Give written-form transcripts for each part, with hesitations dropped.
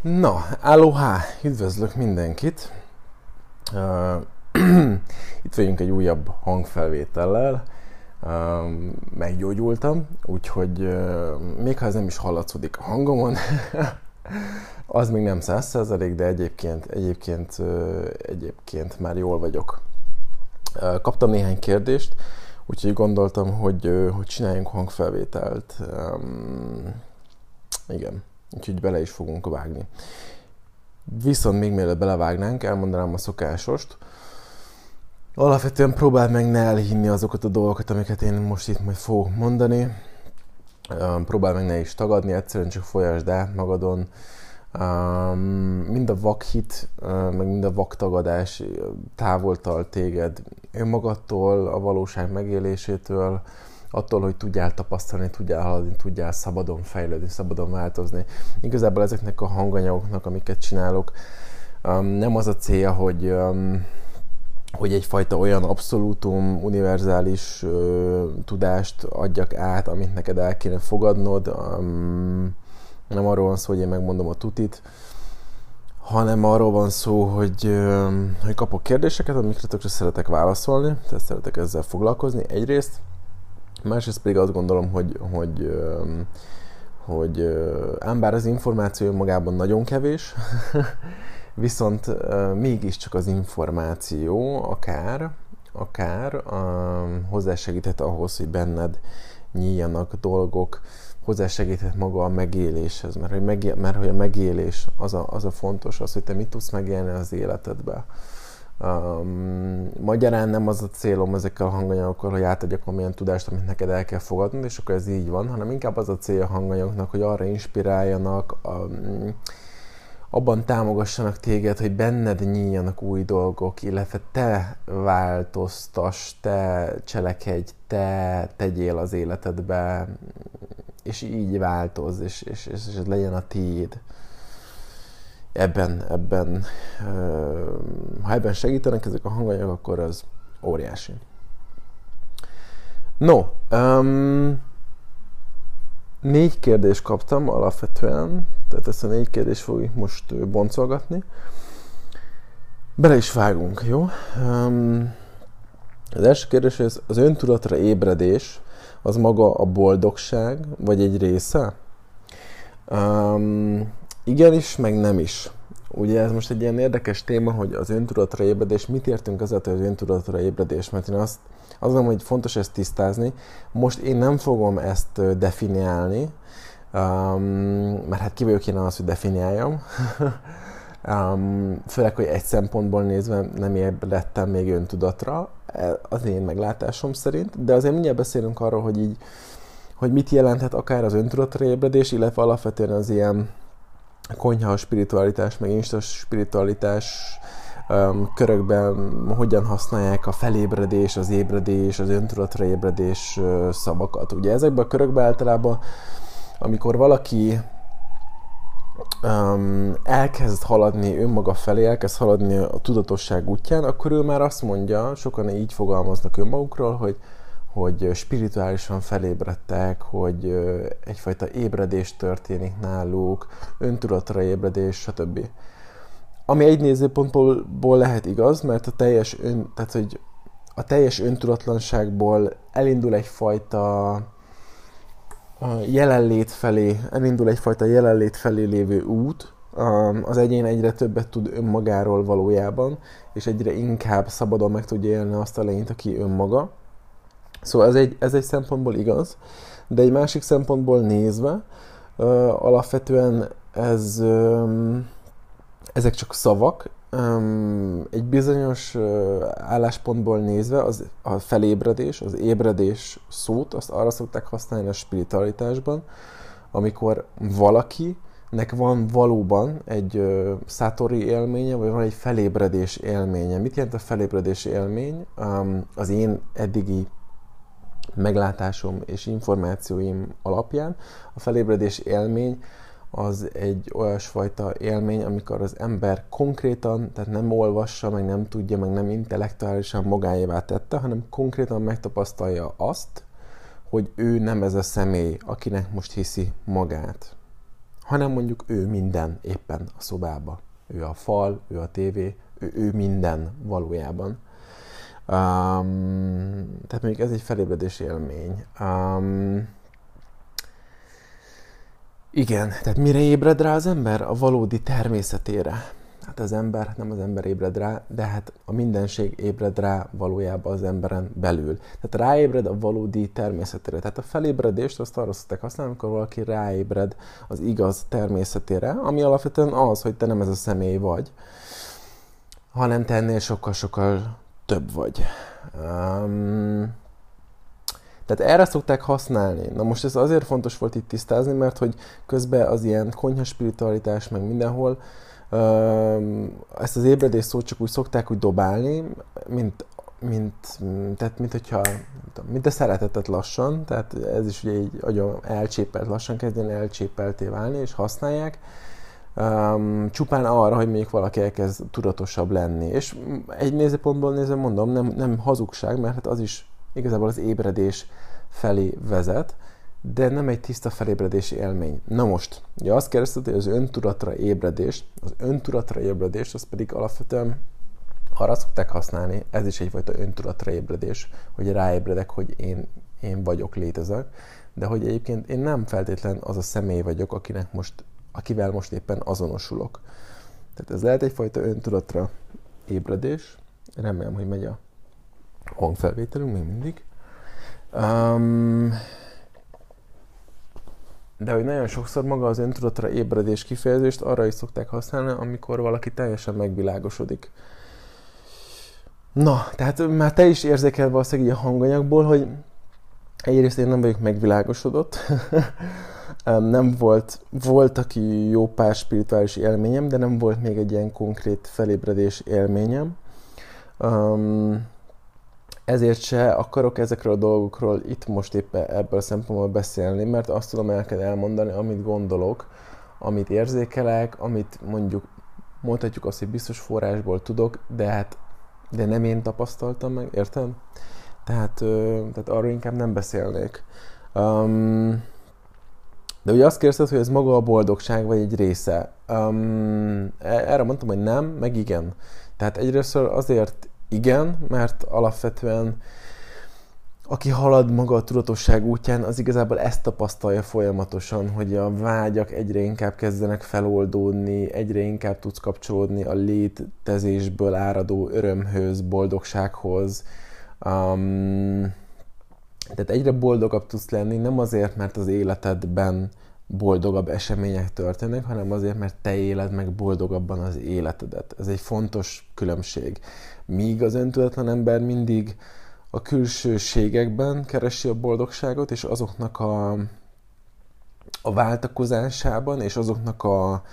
Na, aloha! Üdvözlök mindenkit! Uh, Itt vagyunk egy újabb hangfelvétellel. Meggyógyultam, úgyhogy még ha ez nem is hallatszódik a hangomon, az még nem 100%, de egyébként már jól vagyok. Kaptam néhány kérdést, úgyhogy gondoltam, hogy csináljunk hangfelvételt. Igen, úgyhogy bele is fogunk vágni. Viszont még mielőtt belevágnánk, elmondanám a szokásost. Alapvetően próbáld meg ne elhinni azokat a dolgokat, amiket én most itt majd fogok mondani. Próbáld meg ne is tagadni, egyszerűen csak folyasd át magadon. Mind a vakhit, meg mind a vaktagadás távol tart téged önmagadtól, a valóság megélésétől, attól, hogy tudjál tapasztalni, tudjál haladni, tudjál szabadon fejlődni, szabadon változni. Igazából ezeknek a hanganyagoknak, amiket csinálok, nem az a célja, hogy egyfajta olyan abszolútum, univerzális tudást adjak át, amit neked el kéne fogadnod. Nem arról van szó, hogy én megmondom a tutit, hanem arról van szó, hogy kapok kérdéseket, amikre tökre szeretek válaszolni, tehát szeretek ezzel foglalkozni egyrészt. Másrészt pedig azt gondolom, hogy ám bár az információ magában nagyon kevés, viszont mégiscsak az információ akár hozzásegíthet ahhoz, hogy benned nyíljanak dolgok, hozzásegíthet maga a megéléshez, mert hogy a megélés az a fontos, az, hogy te mit tudsz megélni az életedbe. Magyarán nem az a célom ezekkel a hanganyagokkal, hogy átadjak valamilyen tudást, amit neked el kell fogadnod, és akkor ez így van, hanem inkább az a cél a hanganyagoknak, hogy arra inspiráljanak, abban támogassanak téged, hogy benned nyíljanak új dolgok, illetve te változtass, te cselekedj, te tegyél az életedbe, és így változz, és ez legyen a tiéd. Ha ebben segítenek ezek a hanganyagok, akkor az óriási. No, 4 kérdést kaptam alapvetően, tehát ezt a 4 kérdést fogjuk most boncolgatni. Bele is vágunk, jó? Az első kérdés, hogy az öntudatra ébredés, az maga a boldogság, vagy egy része? Igenis, meg nem is. Ugye ez most egy ilyen érdekes téma, hogy az öntudatra ébredés, mit értünk ezzel, hogy az öntudatra ébredés, mert én azt gondolom, hogy fontos ezt tisztázni. Most én nem fogom ezt definiálni, mert hát ki vagyok én az, hogy definiáljam. Főleg, hogy egy szempontból nézve nem ébredtem még öntudatra, az én meglátásom szerint, de azért mindjárt beszélünk arról, hogy mit jelenthet akár az öntudatra ébredés, illetve alapvetően az ilyen konyha spiritualitás, meg insta spiritualitás körökben hogyan használják a felébredés, az ébredés, az öntudatra ébredés szavakat. Ugye ezekben a körökben általában, amikor valaki elkezd haladni önmaga felé, elkezd haladni a tudatosság útján, akkor ő már azt mondja, sokan így fogalmaznak önmagukról, hogy spirituálisan felébredtek, hogy egyfajta ébredés történik náluk, öntudatra ébredés, stb. Ami egy nézőpontból lehet igaz, mert a teljes öntudatlanságból elindul egyfajta jelenlét felé lévő út. Az egyén egyre többet tud önmagáról valójában, és egyre inkább szabadon meg tudja élni azt a lényt, aki önmaga. Szóval ez egy szempontból igaz, de egy másik szempontból nézve alapvetően ezek csak szavak. Egy bizonyos álláspontból nézve a felébredés, az ébredés szót, azt arra szokták használni a spiritualitásban, amikor valakinek van valóban egy satori élménye, vagy van egy felébredés élménye. Mit jelent a felébredés élmény? Az én eddigi meglátásom és információim alapján a felébredés élmény az egy olyasfajta élmény, amikor az ember konkrétan, tehát nem olvassa, meg nem tudja, meg nem intellektuálisan magáévá tette, hanem konkrétan megtapasztalja azt, hogy ő nem ez a személy, akinek most hiszi magát. hanem mondjuk ő minden éppen a szobába. Ő a fal, ő a tévé, ő minden valójában. Tehát mondjuk ez egy felébredés élmény. Igen, tehát mire ébred rá az ember? A valódi természetére. Hát az ember, nem az ember ébred rá, de hát a mindenség ébred rá valójában az emberen belül. Tehát ráébred a valódi természetére. Tehát a felébredést azt arra szokták használni, amikor valaki ráébred az igaz természetére, ami alapvetően az, hogy te nem ez a személy vagy, hanem te ennél sokkal-sokkal több vagy. Tehát erre szokták használni. Na most ez azért fontos volt itt tisztázni, mert hogy közben az ilyen konyha spiritualitás, meg mindenhol ezt az ébredés szót csak úgy szokták úgy dobálni, mint a szeretetet lassan, tehát ez is ugye így nagyon elcsépelt, lassan kezdjen elcsépelté válni, és használják, csupán arra, hogy mondjuk valaki elkezd tudatosabb lenni. És egy nézőpontból nézve mondom, nem hazugság, mert hát az is igazából az ébredés felé vezet, de nem egy tiszta felébredési élmény. Na most, ugye azt kérdezted, hogy az öntudatra ébredést, az pedig alapvetően arra szokták használni, ez is egyfajta öntudatra ébredés, hogy ráébredek, hogy én vagyok, létezek, de hogy egyébként én nem feltétlen az a személy vagyok, akivel most éppen azonosulok. Tehát ez lehet egyfajta öntudatra ébredés. Remélem, hogy megy a hangfelvételünk még mindig. De hogy nagyon sokszor maga az öntudatra ébredés kifejezést arra is szokták használni, amikor valaki teljesen megvilágosodik. Na, tehát már te is érzékel valószínűleg így a hanganyagból, hogy egyrészt én nem vagyok megvilágosodott, nem volt aki jó pár spirituális élményem, de nem volt még egy ilyen konkrét felébredés élményem. Ezért se akarok ezekről a dolgokról itt most éppen ebből a szempontból beszélni, mert azt tudom elmondani, amit gondolok, amit érzékelek, amit mondhatjuk azt, hogy biztos forrásból tudok, de nem én tapasztaltam meg, érted? Tehát arról inkább nem beszélnék. De ugye azt kérdezted, hogy ez maga a boldogság, vagy egy része. Erre mondtam, hogy nem, meg igen. Tehát egyrészt azért igen, mert alapvetően aki halad maga a tudatosság útján, az igazából ezt tapasztalja folyamatosan, hogy a vágyak egyre inkább kezdenek feloldódni, egyre inkább tudsz kapcsolódni a létezésből áradó örömhöz, boldogsághoz. Tehát egyre boldogabb tudsz lenni, nem azért, mert az életedben boldogabb események történnek, hanem azért, mert te éled meg boldogabban az életedet. Ez egy fontos különbség. Míg az öntudatlan ember mindig a külsőségekben keresi a boldogságot, és azoknak a váltakozásában, és azoknak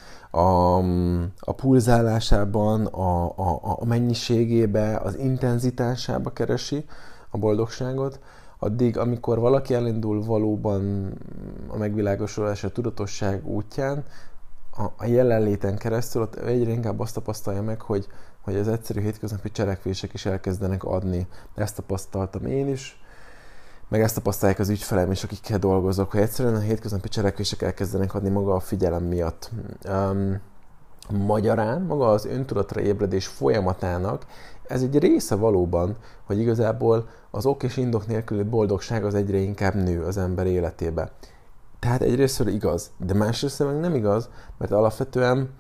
a pulzálásában, a mennyiségébe, az intenzitásába keresi a boldogságot, addig, amikor valaki elindul valóban a megvilágosodás, a tudatosság útján, a jelenléten keresztül, ott egyre inkább azt tapasztalja meg, hogy az egyszerű hétköznapi cselekvések is elkezdenek adni. Ezt tapasztaltam én is, meg ezt tapasztalják az ügyfelem is, akikkel dolgozok, hogy egyszerűen a hétköznapi cselekvések elkezdenek adni maga a figyelem miatt. Magyarán maga az öntudatra ébredés folyamatának ez egy része valóban, hogy igazából az ok és indok nélküli boldogság az egyre inkább nő az ember életébe. Tehát egyrésztről igaz, de másrészt meg nem igaz, mert alapvetően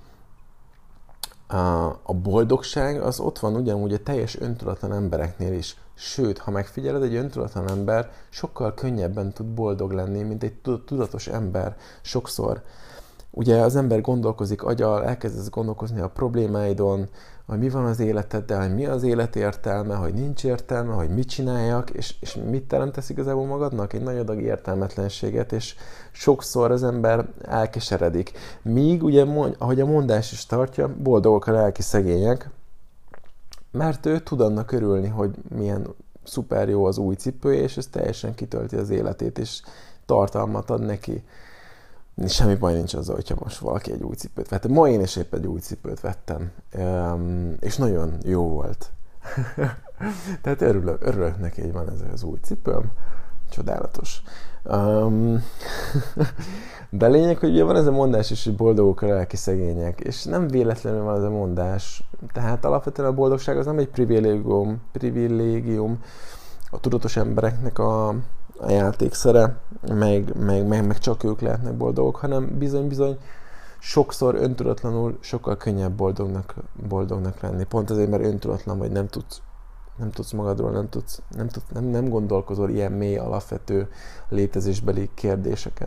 a boldogság az ott van ugyanúgy a teljes öntudatlan embereknél is. Sőt, ha megfigyeled, egy öntudatlan ember sokkal könnyebben tud boldog lenni, mint egy tudatos ember sokszor. Ugye az ember gondolkozik aggyal, elkezdesz gondolkozni a problémáidon, hogy mi van az életeddel, hogy mi az élet értelme, hogy nincs értelme, hogy mit csináljak, és mit teremtesz igazából magadnak? Egy nagy adag értelmetlenséget, és sokszor az ember elkeseredik. Míg, ugye, ahogy a mondás is tartja, boldogok a lelki szegények, mert ő tud annak örülni, hogy milyen szuper jó az új cipője, és ez teljesen kitölti az életét, és tartalmat ad neki. Semmi baj nincs azzal, hogyha most valaki egy új cipőt vett. Ma én is épp egy új cipőt vettem, és nagyon jó volt. Tehát örülök neki, hogy van ez az új cipőm. Csodálatos. Um, de a lényeg, hogy ugye van ez a mondás is, hogy boldogok a lelki szegények, és nem véletlenül van ez a mondás. Tehát alapvetően a boldogság az nem egy privilégium a tudatos embereknek a játékszere, meg csak ők lehetnek boldogok, hanem bizony sokszor öntudatlanul sokkal könnyebb boldognak lenni. Pont azért, mert öntudatlan vagy, nem tudsz magadról, nem gondolkozol ilyen mély, alapvető létezésbeli kérdéseken.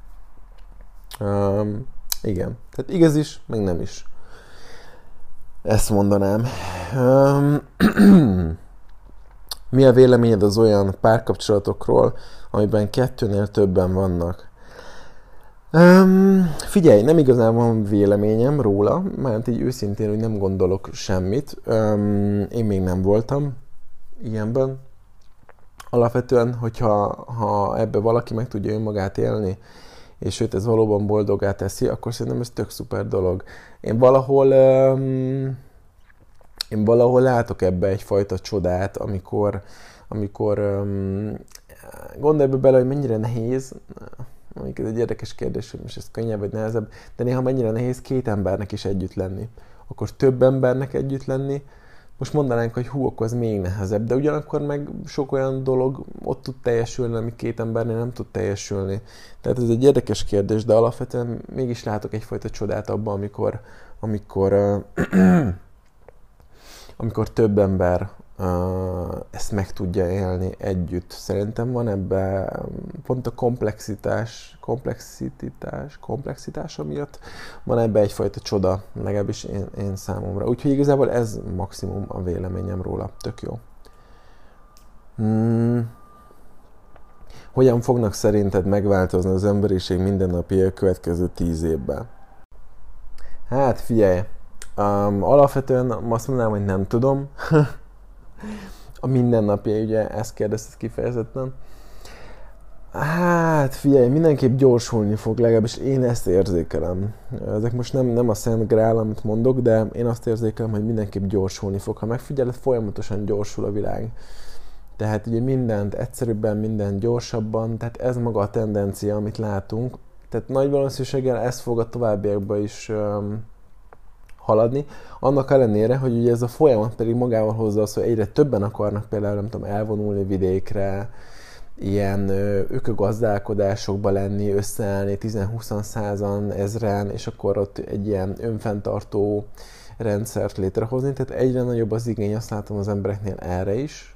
Igen. Tehát igaz is, meg nem is. Ezt mondanám. Mi a véleményed az olyan párkapcsolatokról, amiben kettőnél többen vannak? Figyelj, nem igazán van véleményem róla, mert így őszintén, hogy nem gondolok semmit. Én még nem voltam ilyenben. Alapvetően, hogyha ebbe valaki meg tudja önmagát élni, és őt ez valóban boldoggá teszi, akkor szerintem ez tök szuper dolog. Én valahol látok ebbe egyfajta csodát, amikor gondolj bele, hogy mennyire nehéz, mondjuk ez egy érdekes kérdés, hogy most ez könnyebb vagy nehezebb, de néha mennyire nehéz két embernek is együtt lenni. Akkor több embernek együtt lenni, most mondanánk, hogy akkor az még nehezebb, de ugyanakkor meg sok olyan dolog ott tud teljesülni, ami két embernél nem tud teljesülni. Tehát ez egy érdekes kérdés, de alapvetően mégis látok egyfajta csodát abban, amikor több ember ezt meg tudja élni együtt. Szerintem van ebben pont a komplexitása miatt van ebben egyfajta csoda, legalábbis én számomra. Úgyhogy igazából ez maximum a véleményem róla. Tök jó. Hogyan fognak szerinted megváltozni az emberiség mindennapjai a következő 10 évben? Hát figyelj, alapvetően azt mondanám, hogy nem tudom. A mindennapjai, ugye ezt kérdezted kifejezetten. Hát figyelj, mindenképp gyorsulni fog, legalábbis én ezt érzékelem. Ezek most nem a Szent Grál, amit mondok, de én azt érzékelem, hogy mindenképp gyorsulni fog. Ha megfigyeled, folyamatosan gyorsul a világ. Tehát ugye mindent egyszerűbben, mindent gyorsabban, tehát ez maga a tendencia, amit látunk. Tehát nagy valószínűséggel ez fog a továbbiakban is haladni. Annak ellenére, hogy ugye ez a folyamat pedig magával hozza azt, hogy egyre többen akarnak például, nem tudom, elvonulni vidékre, ilyen ökogazdálkodásokba lenni, összeállni 10-20-100-an, 1000-en, és akkor ott egy ilyen önfenntartó rendszert létrehozni. Tehát egyre nagyobb az igény, azt látom az embereknél erre is.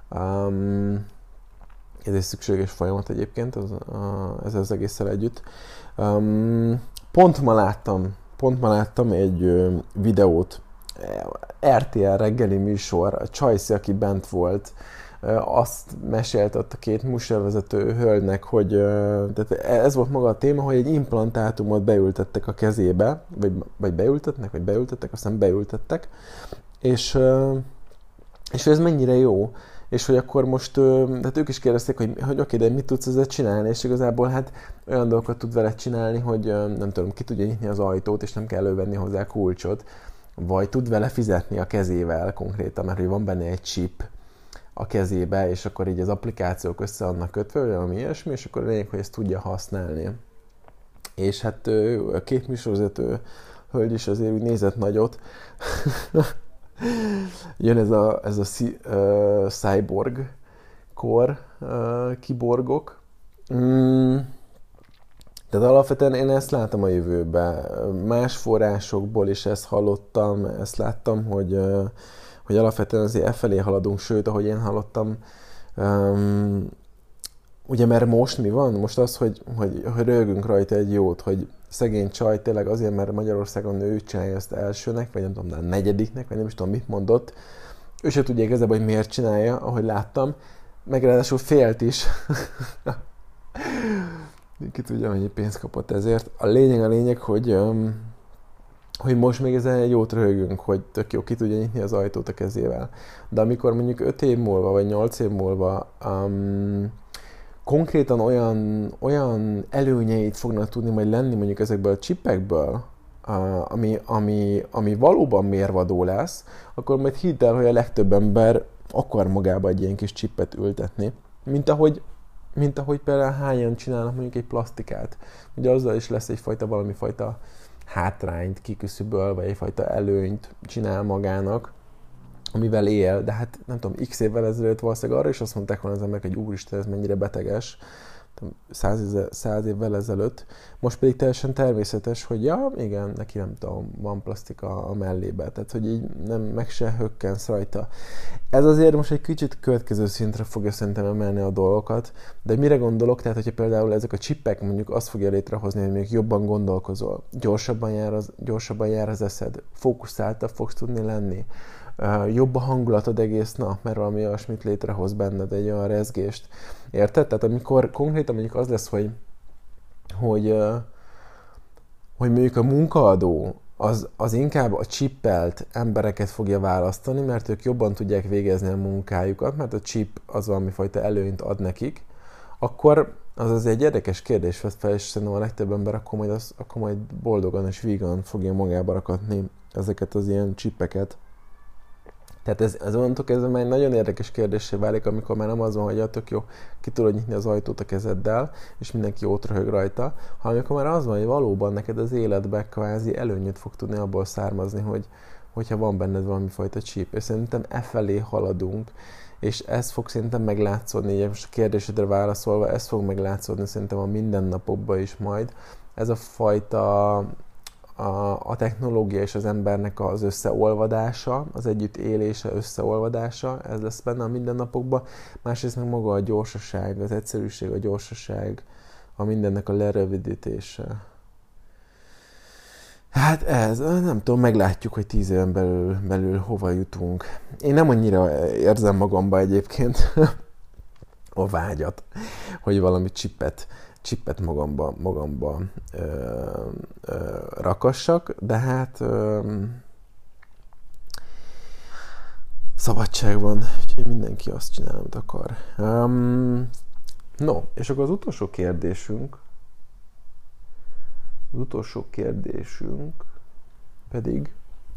Ez egy szükséges folyamat egyébként, ez az egésszel együtt. Pont ma láttam egy videót, RTL reggeli műsor, a Csajci, aki bent volt, azt mesélte ott a két műsorvezető hölgynek, hogy tehát ez volt maga a téma, hogy egy implantátumot beültettek a kezébe, vagy beültettek, aztán beültettek, és ez mennyire jó, és hogy akkor most, tehát ők is kérdezték, hogy oké, de mit tudsz ezzel csinálni, és igazából hát olyan dolgokat tud vele csinálni, hogy nem tudom, ki tudja nyitni az ajtót, és nem kell elővenni hozzá kulcsot, vagy tud vele fizetni a kezével konkrétan, mert hogy van benne egy chip a kezébe, és akkor így az applikációk össze vannak kötve, vagy valami ilyesmi, és akkor lényeg, hogy ezt tudja használni. És hát a két műsorvezető hölgy is azért úgy nézett nagyot. Jön ez a cyborg kor, kiborgok. Tehát alapvetően én ezt látom a jövőben. Más forrásokból is ezt hallottam, ezt láttam, hogy alapvetően azért felé haladunk, sőt, ahogy én hallottam, ugye mert most mi van? Most az, hogy röhögünk rajta egy jót, hogy szegény csaj tényleg azért, mert Magyarországon ő csinálja ezt elsőnek, vagy nem tudom, de negyediknek, vagy nem is tudom, mit mondott. Ő se tudja igazából, hogy miért csinálja, ahogy láttam, meg ráadásul félt is. Ki tudja, mennyi pénzt kapott ezért. A lényeg, hogy most még ezen egy jót röhögünk, hogy tök jó, ki tudja nyitni az ajtót a kezével. De amikor mondjuk 5 év múlva, vagy 8 év múlva konkrétan olyan előnyeit fognak tudni majd lenni mondjuk ezekből a csipekből, ami valóban mérvadó lesz, akkor majd hidd el, hogy a legtöbb ember akar magába egy ilyen kis csippet ültetni. Mint ahogy mint ahogy például hányan csinálnak mondjuk egy plastikát. Ugye azzal is lesz egyfajta valamifajta hátrányt kiküszöböl, vagy egyfajta előnyt csinál magának, amivel él, de hát nem tudom, x évvel ezelőtt valószínűleg arra is azt mondták volna az emberek, hogy úristen, ez mennyire beteges, 100 évvel ezelőtt. Most pedig teljesen természetes, hogy ja, igen, neki nem tudom, van plastika a mellébe, tehát hogy így nem meg se hökkensz rajta. Ez azért most egy kicsit következő szintre fogja szerintem emelni a dolgokat, de mire gondolok? Tehát, hogyha például ezek a csippek mondjuk azt fogja létrehozni, hogy még jobban gondolkozol, gyorsabban jár az eszed, fókuszáltabb fogsz tudni lenni, jobb a hangulatod egész nap, mert valami olyasmit létrehoz benned, egy olyan rezgést. Érted? Tehát amikor konkrétan mondjuk az lesz, hogy mondjuk a munkaadó az inkább a csippelt embereket fogja választani, mert ők jobban tudják végezni a munkájukat, mert a chip az valamifajta előnyt ad nekik, akkor az egy érdekes kérdés vett fel, és szerintem a legtöbb ember akkor majd boldogan és vígan fogja magába rakatni ezeket az ilyen csippeket. Tehát ez onnantól kezdve már egy nagyon érdekes kérdéssé válik, amikor már nem az van, hogy tök jó, ki tudod nyitni az ajtót a kezeddel, és mindenki jót röhög rajta, hanem amikor már az van, hogy valóban neked az életben kvázi előnyöt fog tudni abból származni, hogyha van benned valami fajta chip. És szerintem felé haladunk, és ez fog szerintem meglátszódni, most a kérdésedre válaszolva, ez fog meglátszódni szerintem a mindennapokban is majd. Ez a fajta a technológia és az embernek az összeolvadása, az együtt élése, összeolvadása, ez lesz benne a mindennapokban. Másrészt meg maga a gyorsaság, az egyszerűség, a gyorsaság, a mindennek a lerövidítése. Hát ez, nem tudom, meglátjuk, hogy 10 éven belül hova jutunk. Én nem annyira érzem magamba egyébként a vágyat, hogy valami csippet magamba rakassak, de hát szabadság van, úgyhogy mindenki azt csinál, amit akar. No, és akkor az utolsó kérdésünk pedig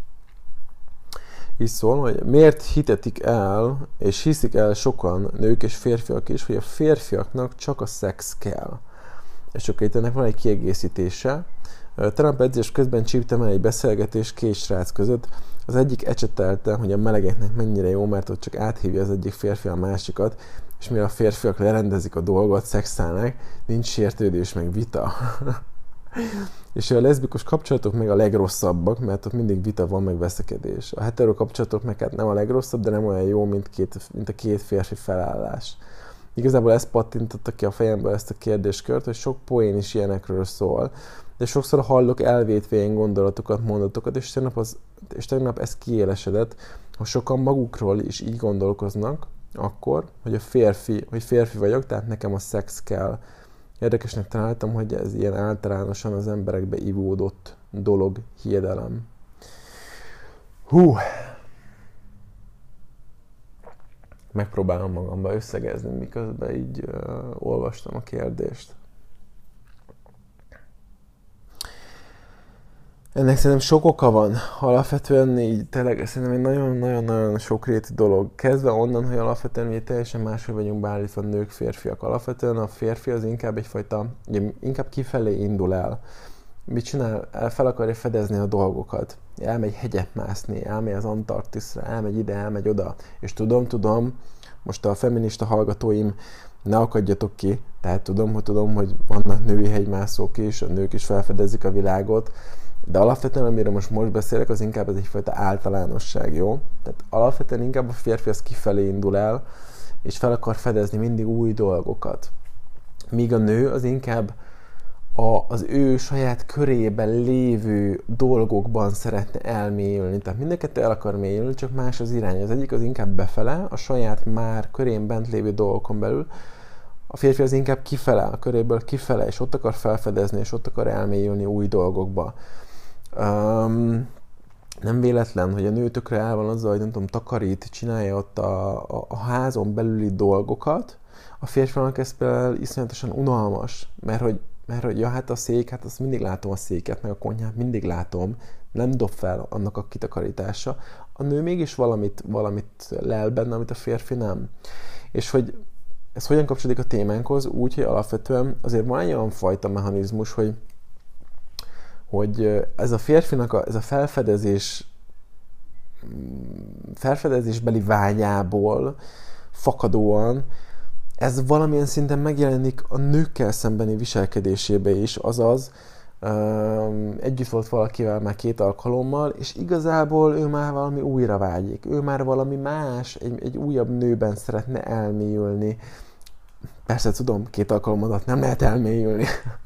így szól, hogy miért hitetik el, és hiszik el sokan, nők és férfiak is, hogy a férfiaknak csak a szex kell. És akkor itt ennek van egy kiegészítése. Trump edzés közben csíptem el egy beszélgetés két srác között. Az egyik ecsetelte, hogy a melegeknek mennyire jó, mert ott csak áthívja az egyik férfi a másikat, és mire a férfiak lerendezik a dolgot, szexelnek, nincs sértődés, meg vita. És a leszbikus kapcsolatok meg a legrosszabbak, mert ott mindig vita van, meg veszekedés. A hetero kapcsolatok meg hát nem a legrosszabb, de nem olyan jó, mint a két férfi felállás. Igazából ez pattintotta ki a fejembe ezt a kérdéskört, hogy sok poén is ilyenekről szól, de sokszor hallok elvétve ilyen gondolatokat, mondatokat, és tegnap ez kiélesedett, hogy sokan magukról is így gondolkoznak akkor, hogy férfi vagyok, tehát nekem a szex kell. Érdekesnek találtam, hogy ez ilyen általánosan az emberekbe ivódott dolog, hiedelem. Megpróbálom magamba összegezni, miközben így olvastam a kérdést. Ennek szerintem sok oka van. Alapvetően így tényleg szerintem egy nagyon-nagyon sokrétű dolog. Kezdve onnan, hogy alapvetően mi teljesen máshogy vagyunk beállítva nők, férfiak. Alapvetően a férfi az inkább egyfajta, inkább kifelé indul el. Mit csinál? Fel akarja fedezni a dolgokat. Elmegy hegyet mászni, elmegy az Antarktiszra, elmegy ide, elmegy oda. És tudom, most a feminista hallgatóim, ne akadjatok ki, tehát tudom, hogy vannak női hegymászók is, a nők is felfedezik a világot, de alapvetően, amire most beszélek, az inkább ez egyfajta általánosság, jó? Tehát alapvetően inkább a férfi az kifelé indul el, és fel akar fedezni mindig új dolgokat. Míg a nő az inkább az ő saját körében lévő dolgokban szeretne elmélyülni. Tehát mind a kettő el akar mélyülni, csak más az irány. Az egyik az inkább befele, a saját már körén bent lévő dolgokon belül. A férfi az inkább kifele, a köréből kifele, és ott akar felfedezni, és ott akar elmélyülni új dolgokba. Nem véletlen, hogy a nő tökre el van azzal, hogy nem tudom, takarít, csinálja ott a házon belüli dolgokat. A férfinak ez például iszonyatosan unalmas, mert hogy ja, hát a szék, hát azt mindig látom a széket, meg a konyhát mindig látom, nem dob fel annak a kitakarítása. A nő mégis valamit lel benne, amit a férfi nem. És hogy ez hogyan kapcsolódik a témánkhoz? Úgy, hogy alapvetően azért van egy olyan fajta mechanizmus, hogy ez a férfinak ez a felfedezésbeli vágyából fakadóan ez valamilyen szinten megjelenik a nőkkel szembeni viselkedésébe is, azaz együtt volt valakivel már 2 alkalommal, és igazából ő már valami újra vágyik. Ő már valami más, egy újabb nőben szeretne elmélyülni. Persze tudom, 2 alkalom alatt nem lehet elmélyülni.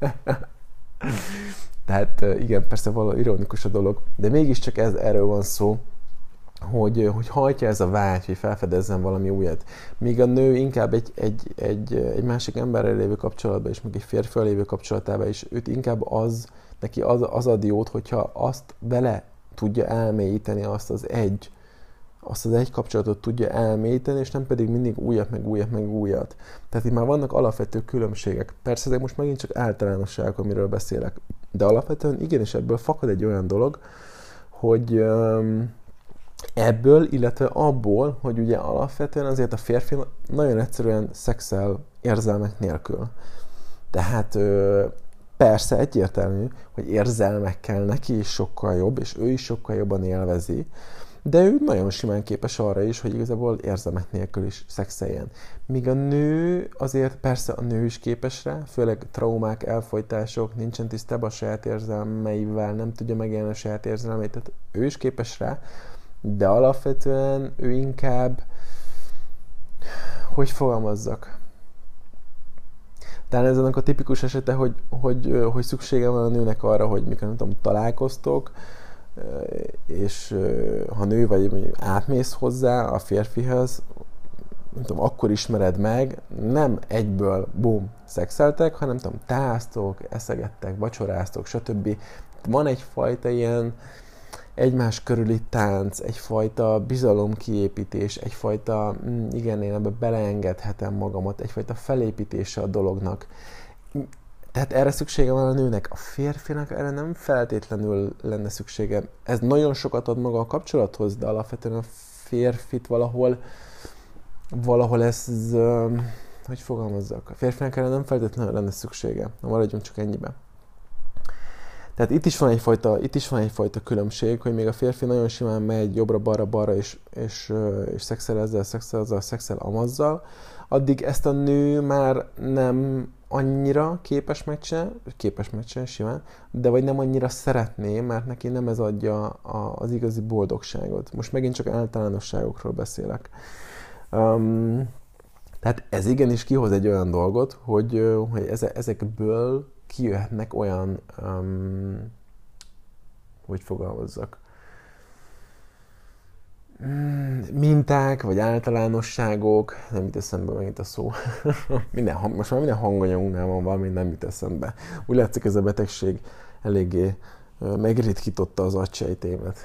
Tehát igen, persze valami ironikus a dolog, de mégiscsak erről van szó, hogy hajtja ez a vágy, hogy felfedezzen valami újat. Míg a nő inkább egy másik emberrel lévő kapcsolatban, és még egy férfival lévő kapcsolatában is, őt inkább neki az ad jót, hogyha azt vele tudja elmélyíteni, azt az egy kapcsolatot tudja elmélyíteni, és nem pedig mindig újat. Tehát itt már vannak alapvető különbségek. Persze ezek most megint csak általánosságok, amiről beszélek. De alapvetően igenis ebből fakad egy olyan dolog, hogy ebből, illetve abból, hogy ugye alapvetően azért a férfi nagyon egyszerűen szexel érzelmek nélkül. Tehát persze egyértelmű, hogy érzelmekkel neki is sokkal jobb, és ő is sokkal jobban élvezi, de ő nagyon simán képes arra is, hogy igazából érzelmek nélkül is szexeljen. Míg a nő, azért persze a nő is képes rá, főleg traumák, elfojtások, nincsen tisztában a saját érzelmeivel, nem tudja megélni a saját érzelmeit, tehát ő is képes rá, de alapvetően ő inkább, hogy fogalmazzak? Talán ez annak a tipikus esete, hogy szüksége van a nőnek arra, hogy mikor nem tudom, találkoztok, és ha nő vagy mondjuk átmész hozzá a férfihez, nem tudom, akkor ismered meg, nem egyből bum, szexeltek, hanem nem tudom, teáztok, eszegettek, vacsoráztok, stb. Van egyfajta ilyen egymás körüli tánc, egyfajta bizalomkiépítés, egyfajta igen, én ebbe beleengedhetem magamat, egyfajta felépítése a dolognak. Tehát erre szüksége van a nőnek. A férfinak erre nem feltétlenül lenne szüksége. Ez nagyon sokat ad maga a kapcsolathoz, de alapvetően a férfit valahol ez, hogy fogalmazzak, a férfinak erre nem feltétlenül lenne szüksége. Na, maradjunk csak ennyibe. Tehát itt is van egyfajta különbség, hogy még a férfi nagyon simán megy jobbra-balra és szexel ezzel, szexel amazzal, addig ezt a nő már nem annyira képes megcsinálni simán, de vagy nem annyira szeretné, mert neki nem ez adja az igazi boldogságot. Most megint csak általánosságokról beszélek. Tehát ez igenis kihoz egy olyan dolgot, hogy ezekből kijöhetnek olyan, hogy fogalmazzak, minták, vagy általánosságok, nem jut eszembe megint a szó. Most már minden hanganyagunknál van valami, nem jut eszembe. Úgy látszik, ez a betegség eléggé megritkította az agysejtémet.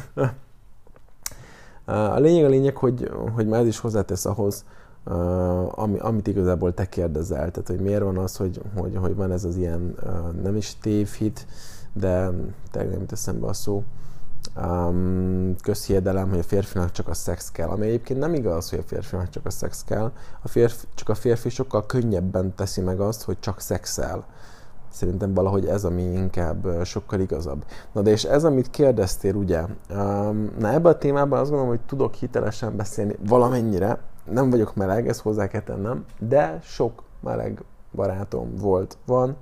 A lényeg, hogy már ez is hozzátesz ahhoz, amit igazából te kérdezel. Tehát, hogy miért van az, hogy van ez az ilyen nem is tévhit, de tényleg nem jut eszembe a szó. Közhiedelem, hogy a férfinak csak a szex kell. Ami egyébként nem igaz, hogy a férfinak csak a szex kell. Csak a férfi sokkal könnyebben teszi meg azt, hogy csak szexel. Szerintem valahogy ez, ami inkább sokkal igazabb. Na de és ez, amit kérdeztél, ugye, na ebben a témában azt gondolom, hogy tudok hitelesen beszélni valamennyire. Nem vagyok meleg, ezt hozzá kell tennem, de sok meleg barátom van.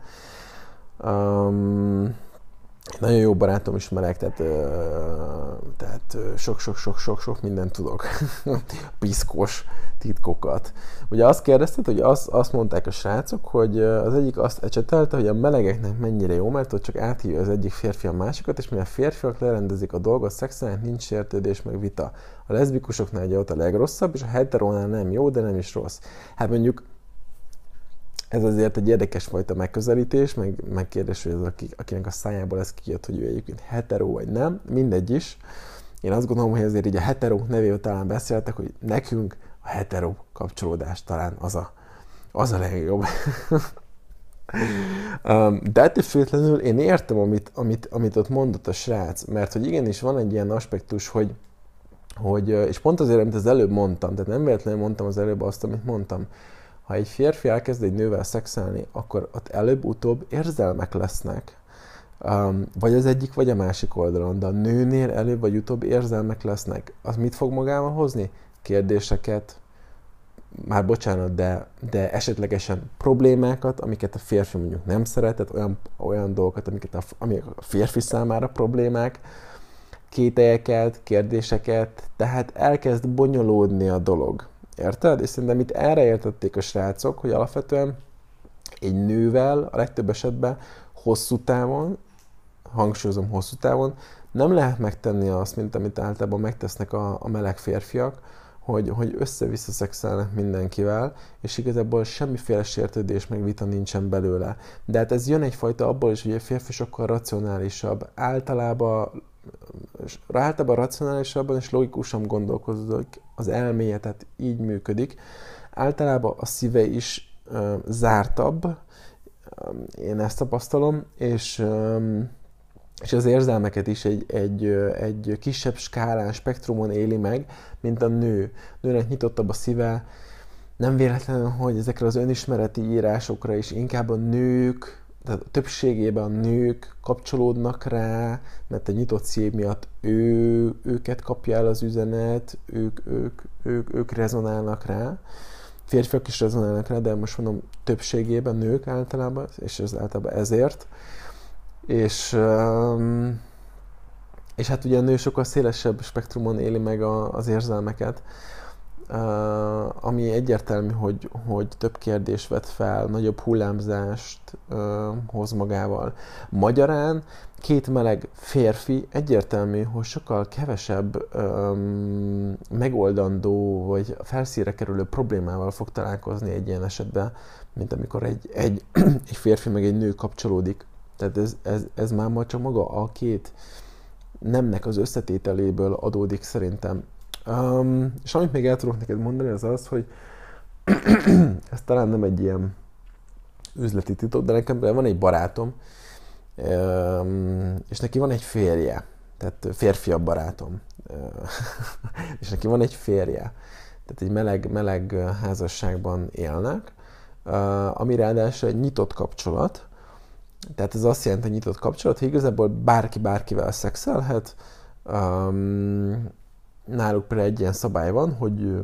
Nagyon jó barátom is meleg, tehát sok mindent tudok. Piszkos titkokat. Ugye azt kérdezted, hogy azt mondták a srácok, hogy az egyik azt ecsetelte, hogy a melegeknek mennyire jó, mert ott csak áthívja az egyik férfi a másikat, és mivel a férfiak lerendezik a dolgot, szexelnek, nincs sértődés, meg vita. A leszbikusoknál ugye ott a legrosszabb, és a heterónál nem jó, de nem is rossz. Hát mondjuk ez azért egy érdekes fajta megközelítés, meg kérdés, hogy az, akinek a szájából ez kijött, hogy ő egyébként hetero vagy nem, mindegy is. Én azt gondolom, hogy azért így a hetero nevével talán beszéltek, hogy nekünk a hetero kapcsolódás talán az a legjobb. De ettől függetlenül én értem, amit ott mondott a srác, mert hogy igenis van egy ilyen aspektus, hogy és pont azért, amit az előbb mondtam, tehát nem véletlenül mondtam az előbb azt, amit mondtam, Ha egy férfi elkezd egy nővel szexelni, akkor ott előbb-utóbb érzelmek lesznek. Vagy az egyik, vagy a másik oldalon, de a nőnél előbb vagy utóbb érzelmek lesznek. Az mit fog magával hozni? Kérdéseket, már bocsánat, de esetlegesen problémákat, amiket a férfi mondjuk nem szeretett, olyan dolgokat, amik a férfi számára problémák, kételyeket, kérdéseket, tehát elkezd bonyolódni a dolog. Érted? És szerintem itt erre értették a srácok, hogy alapvetően egy nővel a legtöbb esetben hosszú távon, hangsúlyozom hosszú távon, nem lehet megtenni azt, mint amit általában megtesznek a meleg férfiak, hogy össze-vissza szexelnek mindenkivel, és igazából semmiféle sértődés meg vita nincsen belőle. De hát ez jön egyfajta abból is, hogy a férfi sokkal racionálisabb, általában racionálisabban és logikusan gondolkozik, az elméje, tehát így működik. Általában a szíve is zártabb, én ezt tapasztalom, és az érzelmeket is egy kisebb skálán, spektrumon éli meg, mint a nő. Nőnek nyitottabb a szíve, nem véletlenül, hogy ezekre az önismereti írásokra is inkább a nők, tehát a többségében a nők kapcsolódnak rá, mert a nyitott szív miatt őket kapja el az üzenet, ők rezonálnak rá. Férfiak is rezonálnak rá, de most mondom többségében nők általában, és ez általában ezért. És hát ugye a nő sokkal szélesebb spektrumon éli meg az érzelmeket, ami egyértelmű, hogy több kérdést vet fel, nagyobb hullámzást hoz magával. Magyarán két meleg férfi egyértelmű, hogy sokkal kevesebb megoldandó vagy felszínre kerülő problémával fog találkozni egy ilyen esetben, mint amikor egy férfi meg egy nő kapcsolódik. Tehát ez már csak maga a két nemnek az összetételéből adódik szerintem. És amit még el tudok neked mondani, az az, hogy ez talán nem egy ilyen üzleti titok, de nekem van egy barátom, és neki van egy férje, tehát férfiabb barátom, és neki van egy férje, tehát egy meleg házasságban élnek, ami ráadásul egy nyitott kapcsolat, tehát ez azt jelenti, hogy nyitott kapcsolat, hogy igazából bárki bárkivel szexelhet. Náluk például egy ilyen szabály van,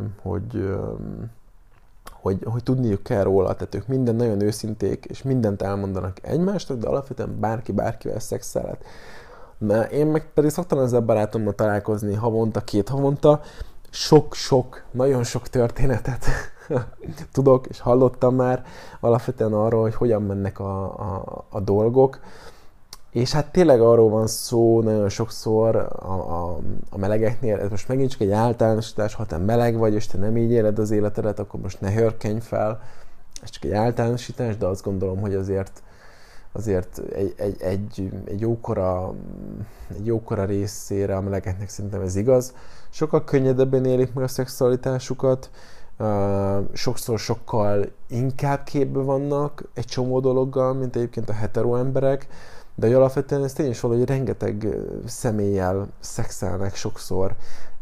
hogy tudniuk kell róla, tehát ők minden nagyon őszinték, és mindent elmondanak egymásnak, de alapvetően bárki bárkivel szexelhet. Mert én meg pedig szoktam ezzel barátommal találkozni havonta, 2 havonta, nagyon sok történetet tudok, és hallottam már alapvetően arról, hogy hogyan mennek a dolgok. És hát tényleg arról van szó nagyon sokszor a melegeknél, ez most megint csak egy általánosítás, ha te meleg vagy, és te nem így éled az életedet, akkor most ne hörkenj fel. Ez csak egy általánosítás, de azt gondolom, hogy azért egy jókora részére a melegeknek szerintem ez igaz. Sokkal könnyedebben élik meg a szexualitásukat, sokszor sokkal inkább képbe vannak egy csomó dologgal, mint egyébként a hetero emberek, de alapvetően ez tényleg valahogy rengeteg személlyel szexelnek sokszor.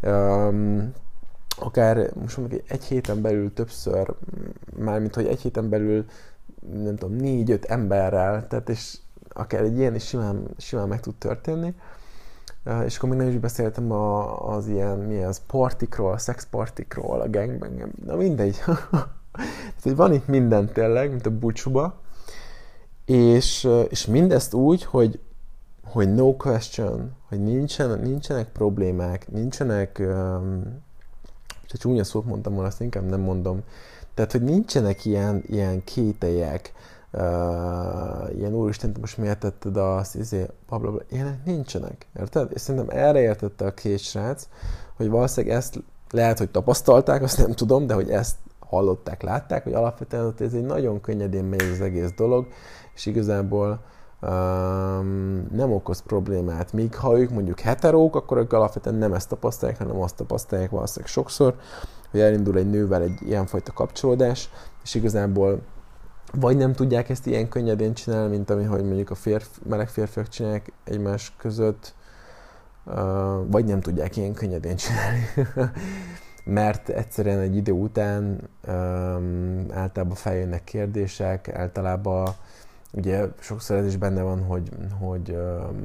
Akár most mondjuk egy héten belül többször, mármint hogy egy héten belül nem tudom, 4-5 emberrel, tehát és akár egy ilyen is simán meg tud történni. És akkor még nem is beszéltem az ilyen, partikról, szexpartikról, a gangbang, na mindegy. Tehát van itt minden tényleg, mint a búcsúba. És mindezt úgy, hogy no question, hogy nincsenek problémák, nincsenek, és csúnya szót mondtam volna, azt inkább nem mondom, tehát, hogy nincsenek ilyen kételyek, ilyen úristen, te most miért tetted azt, blablabla, ilyenek nincsenek, érted? És szerintem erre értette a két srác, hogy valószínűleg ezt lehet, hogy tapasztalták, azt nem tudom, de hogy ezt hallották, látták, hogy alapvetően ez egy nagyon könnyedén megy az egész dolog, és igazából nem okoz problémát. Míg ha ők mondjuk heterók, akkor ők alapvetően nem ezt tapasztalják, hanem azt tapasztalják valószínűleg sokszor, hogy elindul egy nővel egy ilyenfajta kapcsolódás, és igazából vagy nem tudják ezt ilyen könnyedén csinálni, mint hogy mondjuk a meleg férfiak csinálják egymás között, vagy nem tudják ilyen könnyedén csinálni. mert egyszerűen egy idő után általában feljönnek kérdések, általában ugye sokszor ez is benne van, hogy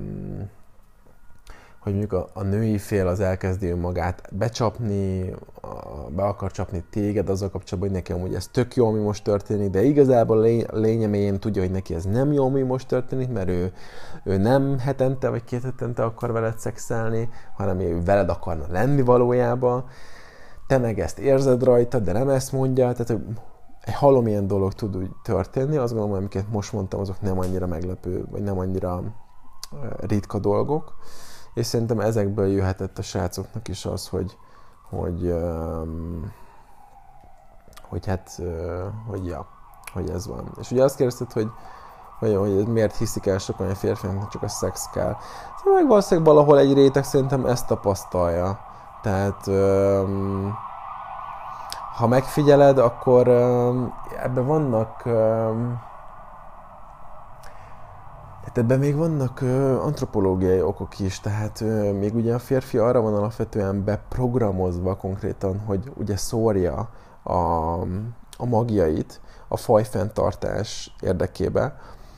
mondjuk a női fél az elkezdi önmagát becsapni, be akar csapni téged azzal kapcsolatban, hogy neki amúgy ez tök jó, ami most történik, de igazából lényemén tudja, hogy neki ez nem jó, ami most történik, mert ő nem hetente vagy 2 hetente akar veled szexelni, hanem ő veled akarna lenni valójában. Te meg ezt érzed rajta, de nem ezt mondja, tehát egy halom ilyen dolog tud úgy történni, azt gondolom, amiket most mondtam, azok nem annyira meglepő, vagy nem annyira ritka dolgok, és szerintem ezekből jöhetett a srácoknak is az, hogy ez van. És ugye azt kérdezted, hogy miért hiszik el sokan a férfiaknak csak a szex kell. Szóval meg valószínűleg valahol egy réteg szerintem ezt tapasztalja. Tehát ha megfigyeled, akkor ebben vannak tehát ebben még vannak antropológiai okok is, tehát még ugye a férfi arra van alapvetően beprogramozva konkrétan, hogy ugye szórja a magjait a fajfenntartás érdekében.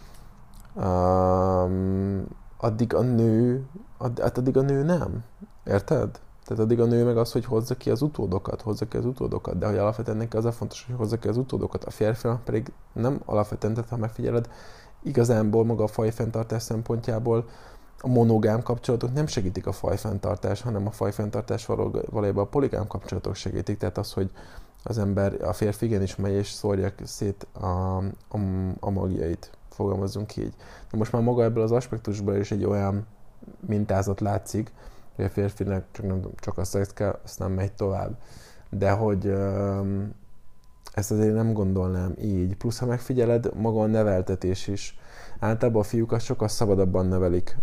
Addig a nő nem. Érted? Tehát addig a nő meg az, hogy hozza ki az utódokat, de hogy alapvetően neki az a fontos, hogy hozza ki az utódokat. A férfinak pedig nem alapvetően, tehát ha megfigyeled, igazából maga a fajfenntartás szempontjából a monogám kapcsolatok nem segítik a fajfenntartás, hanem a fajfenntartás valójában a poligám kapcsolatok segítik. Tehát az, hogy az ember, a férfi igenis megy és szórja szét a magjait, fogalmazzunk így. De most már maga ebből az aspektusból is egy olyan mintázat látszik, hogy a férfinek csak a szex kell, aztán megy tovább. De hogy ezt azért nem gondolnám így. Plusz, ha megfigyeled, maga a neveltetés is. Általában a fiúkat sokkal szabadabban nevelik.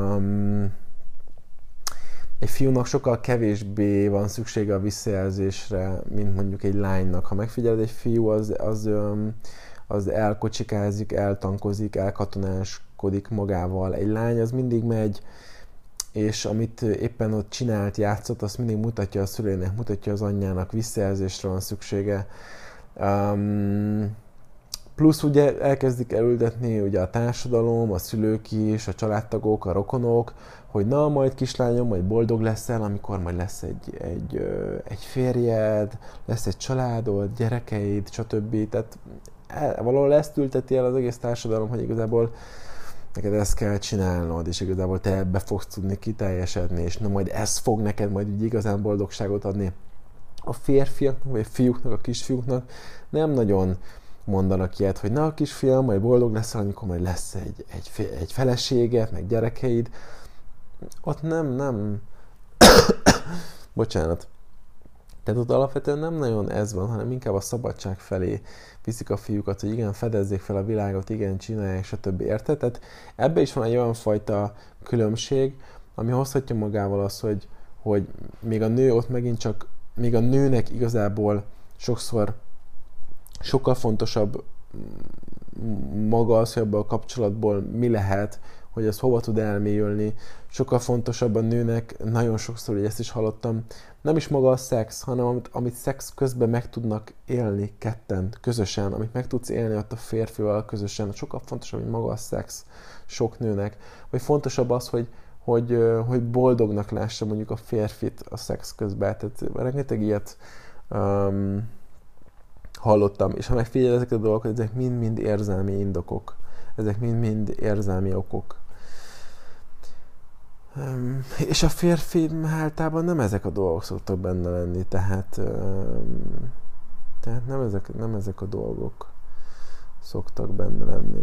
Egy fiúnak sokkal kevésbé van szüksége a visszajelzésre, mint mondjuk egy lánynak. Ha megfigyeled, egy fiú az elkocsikázik, eltankozik, elkatonáskodik magával. Egy lány az mindig megy, és amit éppen ott csinált, játszott, azt mindig mutatja a szülőnek, mutatja az anyjának, visszajelzésre van szüksége. Plusz ugye elkezdik elültetni ugye a társadalom, a szülők is, a családtagok, a rokonok, hogy na, majd kislányom, majd boldog leszel, amikor majd lesz egy férjed, lesz egy családod, gyerekeid, stb. Tehát valahol ezt ülteti el az egész társadalom, hogy igazából neked ezt kell csinálnod, és igazából te ebbe fogsz tudni kiteljesedni, és na majd ez fog neked majd így igazán boldogságot adni. A férfiaknak, vagy a fiúknak, a kisfiúknak nem nagyon mondanak ilyet, hogy na, a kisfiam, majd boldog leszel, amikor majd lesz egy feleséged, meg gyerekeid. Ott nem. Bocsánat. Tehát ott alapvetően nem nagyon ez van, hanem inkább a szabadság felé viszik a fiúkat, hogy igen, fedezzék fel a világot, igen, csinálják, stb. Érted? Tehát ebbe is van egy olyan fajta különbség, ami hozhatja magával azt, hogy még a nő ott megint csak, még a nőnek igazából sokszor sokkal fontosabb maga az, hogy abban a kapcsolatból mi lehet, hogy ez hova tud elmélyülni. Sokkal fontosabb a nőnek, nagyon sokszor, hogy ezt is hallottam, nem is maga a szex, hanem amit szex közben meg tudnak élni ketten, közösen, amit meg tudsz élni ott a férfival közösen. Sokkal fontosabb, hogy maga a szex sok nőnek. Vagy fontosabb az, hogy boldognak lássa mondjuk a férfit a szex közben. Tehát rengeteg ilyet hallottam. És ha megfigyeled ezeket a dolgokat, ezek mind-mind érzelmi indokok. Ezek mind-mind érzelmi okok. És a férfi általában nem ezek a dolgok szoktak benne lenni, tehát nem ezek a dolgok szoktak benne lenni.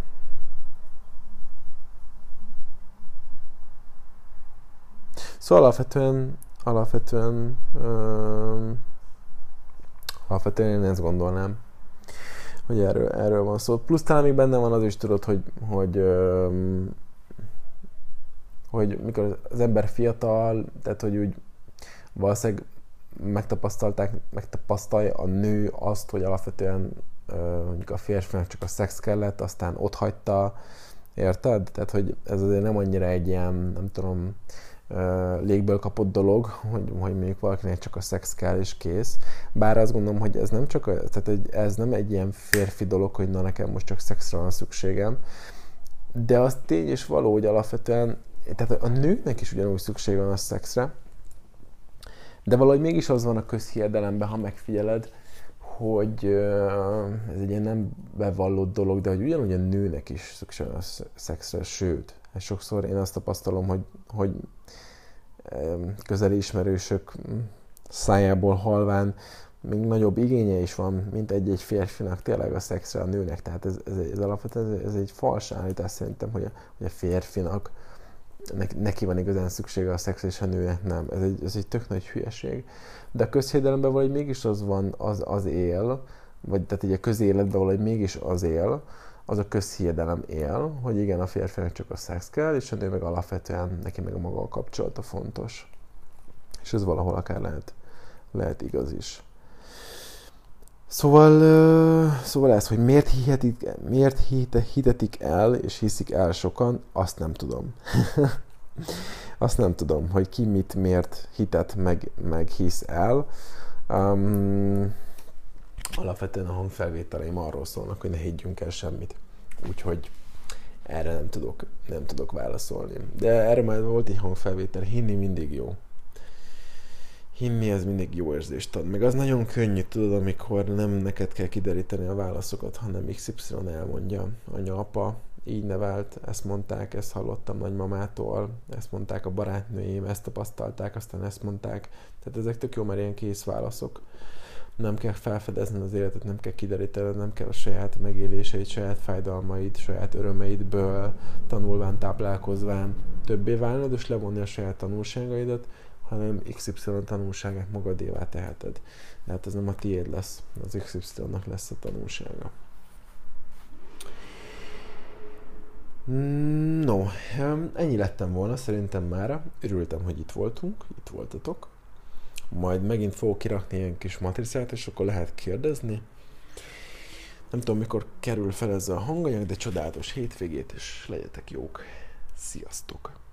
Szóval alapvetően én ezt gondolnám, hogy erről van szó. Plusz talán még benne van az is, tudod, hogy mikor az ember fiatal, tehát hogy úgy valószínűleg megtapasztalja a nő azt, hogy alapvetően mondjuk a férfinak csak a szex kellett, aztán otthagyta, érted? Tehát, hogy ez azért nem annyira egy ilyen, nem tudom, légből kapott dolog, hogy mondjuk valakinek csak a szex kell és kész. Bár azt gondolom, hogy ez nem csak, tehát ez nem egy ilyen férfi dolog, hogy na nekem most csak szexre van szükségem, de az tény és való, hogy alapvetően, tehát a nőknek is ugyanúgy szüksége van a szexre, de valahogy mégis az van a közhiedelemben, ha megfigyeled, hogy ez egy ilyen nem bevallott dolog, de hogy ugyanúgy a nőnek is szüksége van a szexre, sőt, sokszor én azt tapasztalom, hogy közeli ismerősök szájából halván még nagyobb igénye is van, mint egy-egy férfinak tényleg a szexre a nőnek. Tehát ez alapvetően ez egy fals állítás szerintem, hogy a férfinak neki van igazán szüksége a szexre, és a nőnek nem. Ez egy tök nagy hülyeség. De a közhiedelemben valahogy mégis az van, az él, vagy tehát így a közéletben valahogy mégis az él, az a közhiedelem él, hogy igen, a férfinak csak a szex kell, és a nő meg alapvetően neki meg a maga a kapcsolata fontos. És ez valahol akár lehet igaz is. Szóval ez, hogy miért hitetik el, és hiszik el sokan, azt nem tudom. Azt nem tudom, hogy ki miért hitet, meg hisz el. Alapvetően a hangfelvételeim arról szólnak, hogy ne higgyünk el semmit. Úgyhogy erre nem tudok válaszolni. De erre már volt egy hangfelvétel, hinni mindig jó. Hinni ez mindig jó érzést ad. Meg az nagyon könnyű, tudod, amikor nem neked kell kideríteni a válaszokat, hanem XY elmondja. Anya, apa, így nevelt, ezt mondták, ezt hallottam nagymamától, ezt mondták a barátnőim, ezt tapasztalták, aztán ezt mondták. Tehát ezek tök jó, mert ilyen kész válaszok. Nem kell felfedezni az életet, nem kell kideríteni, nem kell a saját megéléseid, saját fájdalmaid, saját örömeidből tanulván, táplálkozván többé válnod, és levonni a saját tanulságaidat, hanem XY tanulságát magadévá teheted. Tehát ez nem a tiéd lesz, az XY-nak lesz a tanulsága. No, ennyi lettem volna szerintem mára. Örültem, hogy itt voltatok. Majd megint fogok kirakni ilyen kis matricát, és akkor lehet kérdezni. Nem tudom, mikor kerül fel ez a hanganyag, de csodálatos hétvégét, és legyetek jók. Sziasztok!